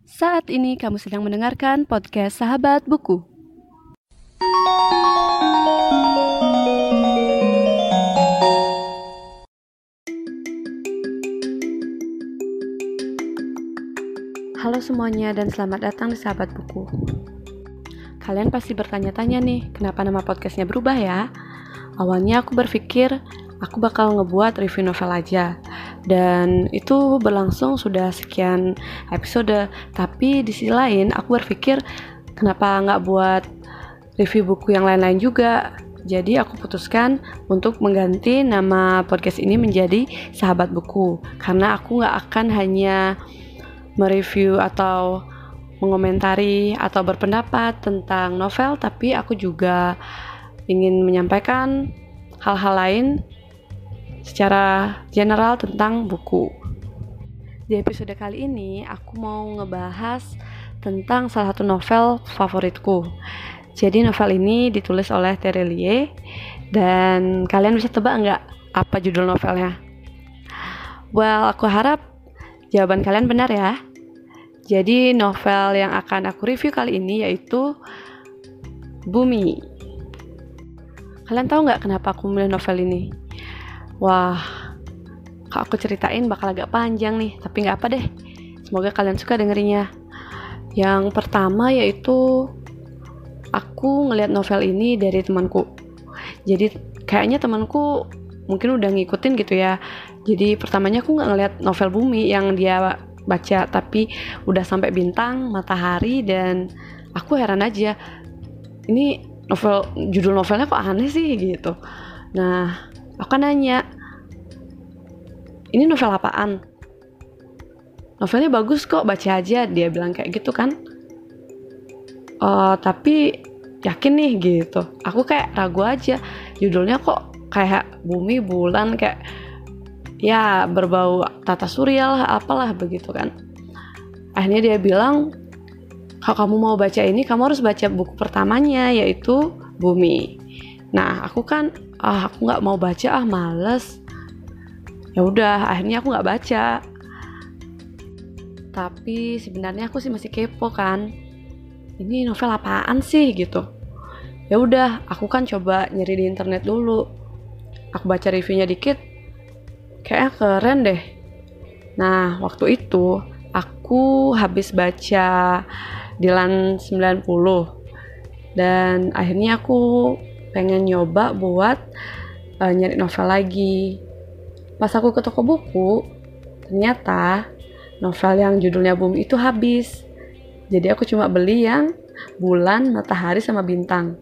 Saat ini kamu sedang mendengarkan podcast Sahabat Buku. Halo semuanya dan selamat datang di Sahabat Buku. Kalian pasti bertanya-tanya nih, kenapa nama podcastnya berubah ya? Awalnya aku berpikir aku bakal ngebuat review novel aja. Dan itu berlangsung sudah sekian episode. Tapi di sisi lain aku berpikir kenapa nggak buat review buku yang lain-lain juga. Jadi aku putuskan untuk mengganti nama podcast ini menjadi Sahabat Buku. Karena aku nggak akan hanya mereview atau mengomentari atau berpendapat tentang novel, tapi aku juga ingin menyampaikan hal-hal lain secara general tentang buku. Di episode kali ini aku mau ngebahas tentang salah satu novel favoritku. Jadi novel ini ditulis oleh Terelie dan kalian bisa tebak nggak apa judul novelnya? Well, aku harap jawaban kalian benar ya. Jadi novel yang akan aku review kali ini yaitu Bumi. Kalian tahu nggak kenapa aku memilih novel ini? Wah, kalau aku ceritain bakal agak panjang nih, tapi nggak apa deh. Semoga kalian suka dengerinnya. Yang pertama yaitu aku ngelihat novel ini dari temanku. Jadi kayaknya temanku mungkin udah ngikutin gitu ya. Jadi pertamanya aku nggak ngelihat novel Bumi yang dia baca, tapi udah sampai bintang, matahari, dan aku heran aja. Ini judul novelnya kok aneh sih gitu. Nah, aku nanya, ini novel apaan? Novelnya bagus kok, baca aja, dia bilang kayak gitu kan. Tapi yakin nih gitu. Aku kayak ragu aja, judulnya kok kayak bumi, bulan, kayak ya berbau tata surya lah, apalah begitu kan. Akhirnya dia bilang, kalau kamu mau baca ini, kamu harus baca buku pertamanya, yaitu Bumi. Nah, aku kan, aku nggak mau baca, males. Ya udah, akhirnya aku nggak baca. Tapi sebenarnya aku sih masih kepo kan. Ini novel apaan sih gitu. Ya udah, aku kan coba nyari di internet dulu. Aku baca reviewnya dikit, kayaknya keren deh. Nah, waktu itu aku habis baca Dilan 90 dan akhirnya aku pengen nyoba buat nyari novel lagi. Pas aku ke toko buku, ternyata novel yang judulnya Bumi itu habis. Jadi aku cuma beli yang bulan, matahari, sama bintang.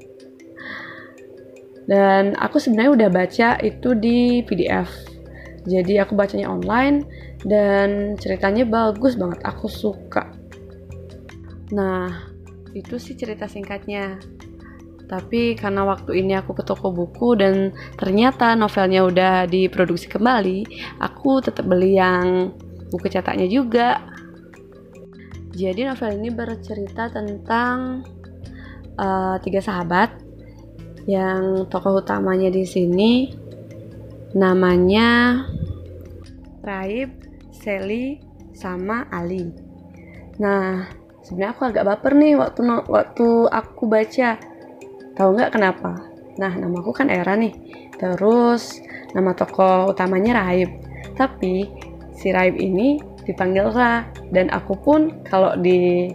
Dan aku sebenarnya udah baca itu di PDF. Jadi aku bacanya online dan ceritanya bagus banget, aku suka. Nah, itu sih cerita singkatnya. Tapi karena waktu ini aku ke toko buku dan ternyata novelnya udah diproduksi kembali, aku tetap beli yang buku cetaknya juga. Jadi novel ini bercerita tentang 3 sahabat yang tokoh utamanya di sini namanya Raib, Sally, sama Ali. Nah, sebenarnya aku agak baper nih waktu aku baca. Tahu nggak kenapa? Nah, namaku kan Era nih. Terus nama tokoh utamanya Raib. Tapi si Raib ini dipanggil Ra, dan aku pun kalau di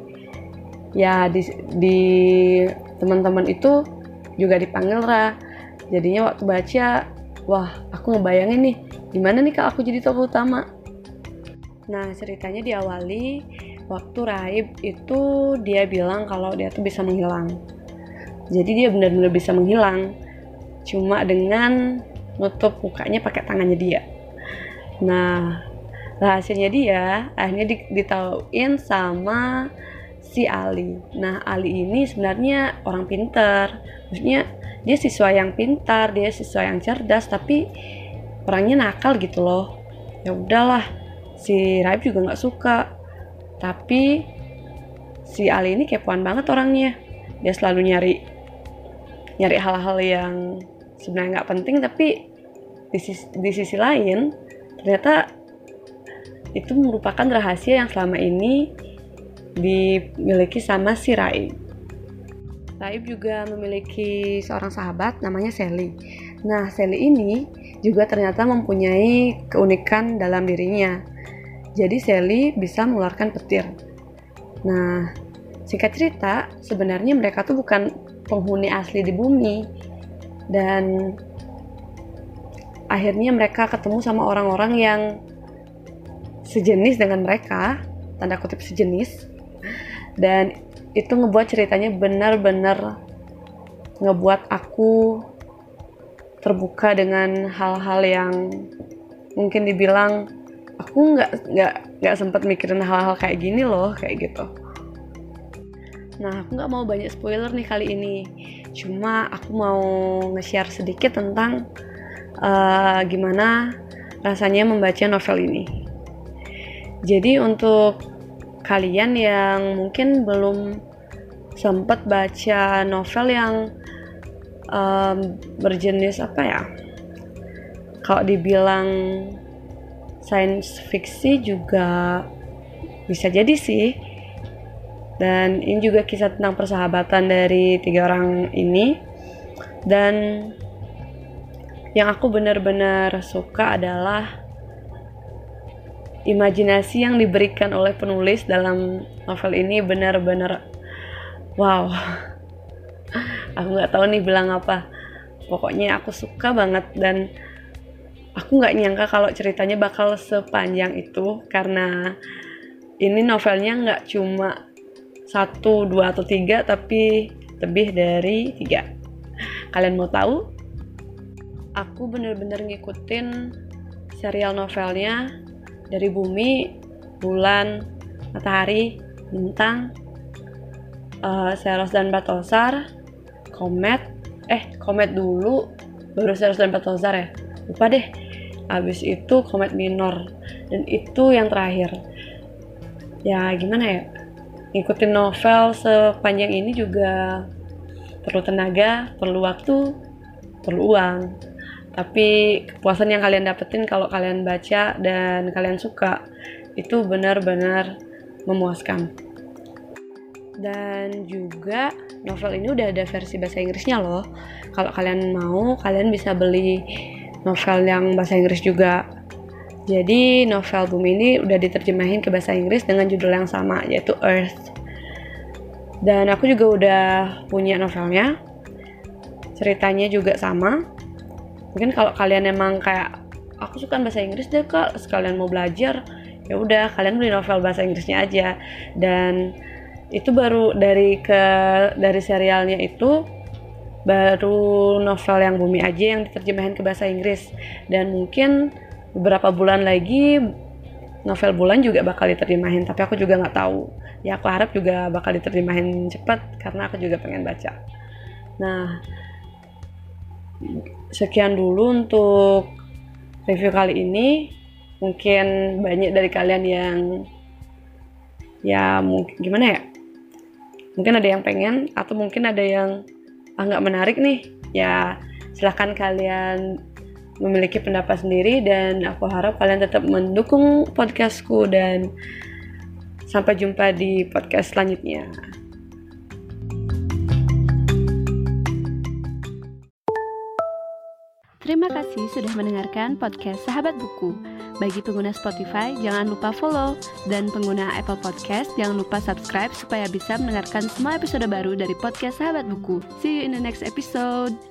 teman-teman itu juga dipanggil Ra. Jadinya waktu baca, wah, aku ngebayangin nih, gimana nih kalau aku jadi tokoh utama. Nah, ceritanya diawali waktu Raib itu dia bilang kalau dia tuh bisa menghilang. Jadi dia benar-benar bisa menghilang, cuma dengan nutup mukanya pakai tangannya dia. Nah, rahasianya dia akhirnya ditauin sama si Ali. Nah, Ali ini sebenarnya orang pintar. Maksudnya dia siswa yang pintar, dia siswa yang cerdas, tapi orangnya nakal gitu loh. Ya udahlah, si Raib juga nggak suka. Tapi si Ali ini kepoan banget orangnya. Dia selalu nyari hal-hal yang sebenarnya nggak penting, tapi di sisi lain ternyata itu merupakan rahasia yang selama ini dimiliki sama si Raib. Raib juga memiliki seorang sahabat namanya Sally. Nah, Sally ini juga ternyata mempunyai keunikan dalam dirinya. Jadi Sally bisa mengeluarkan petir. Nah, singkat cerita, sebenarnya mereka tuh bukan penghuni asli di bumi. Dan akhirnya mereka ketemu sama orang-orang yang sejenis dengan mereka, tanda kutip sejenis. Dan itu ngebuat ceritanya benar-benar ngebuat aku terbuka dengan hal-hal yang mungkin dibilang aku nggak sempat mikirin hal-hal kayak gini loh, kayak gitu. Nah, aku nggak mau banyak spoiler nih kali ini, cuma aku mau nge-share sedikit tentang gimana rasanya membaca novel ini. Jadi untuk kalian yang mungkin belum sempat baca novel yang berjenis apa ya, kalau dibilang science fiction juga bisa jadi sih. Dan ini juga kisah tentang persahabatan dari 3 orang ini. Dan yang aku benar-benar suka adalah imajinasi yang diberikan oleh penulis dalam novel ini benar-benar wow. Aku nggak tahu nih bilang apa. Pokoknya aku suka banget dan aku nggak nyangka kalau ceritanya bakal sepanjang itu, karena ini novelnya nggak cuma 1, 2, atau 3, tapi lebih dari 3. Kalian mau tahu? Aku benar-benar ngikutin serial novelnya dari bumi, bulan, matahari, bintang, Ceres dan Batosar, komet dulu, baru Ceres dan Batosar ya, lupa deh. Habis itu komet minor, dan itu yang terakhir. Ya gimana ya, ngikutin novel sepanjang ini juga perlu tenaga, perlu waktu, perlu uang. Tapi kepuasan yang kalian dapetin kalau kalian baca dan kalian suka itu benar-benar memuaskan. Dan juga novel ini udah ada versi bahasa Inggrisnya loh. Kalau kalian mau, kalian bisa beli novel yang bahasa Inggris juga. Jadi novel Bumi ini udah diterjemahin ke bahasa Inggris dengan judul yang sama, yaitu Earth. Dan aku juga udah punya novelnya. Ceritanya juga sama. Mungkin kalau kalian emang kayak aku suka bahasa Inggris deh kak, sekalian mau belajar, ya udah kalian beli novel bahasa Inggrisnya aja. Dan itu baru dari serialnya itu baru novel yang Bumi aja yang diterjemahin ke bahasa Inggris. Dan mungkin beberapa bulan lagi novel Bulan juga bakal diterjemahin, tapi aku juga nggak tahu. Ya aku harap juga bakal diterjemahin cepat karena aku juga pengen baca. Nah, sekian dulu untuk review kali ini. Mungkin banyak dari kalian yang ya mungkin gimana ya, mungkin ada yang pengen atau mungkin ada yang nggak menarik nih. Ya silahkan kalian memiliki pendapat sendiri, dan aku harap kalian tetap mendukung podcastku, dan sampai jumpa di podcast selanjutnya. Terima kasih sudah mendengarkan podcast Sahabat Buku. Bagi pengguna Spotify, jangan lupa follow. Dan pengguna Apple Podcast, jangan lupa subscribe supaya bisa mendengarkan semua episode baru dari podcast Sahabat Buku. See you in the next episode.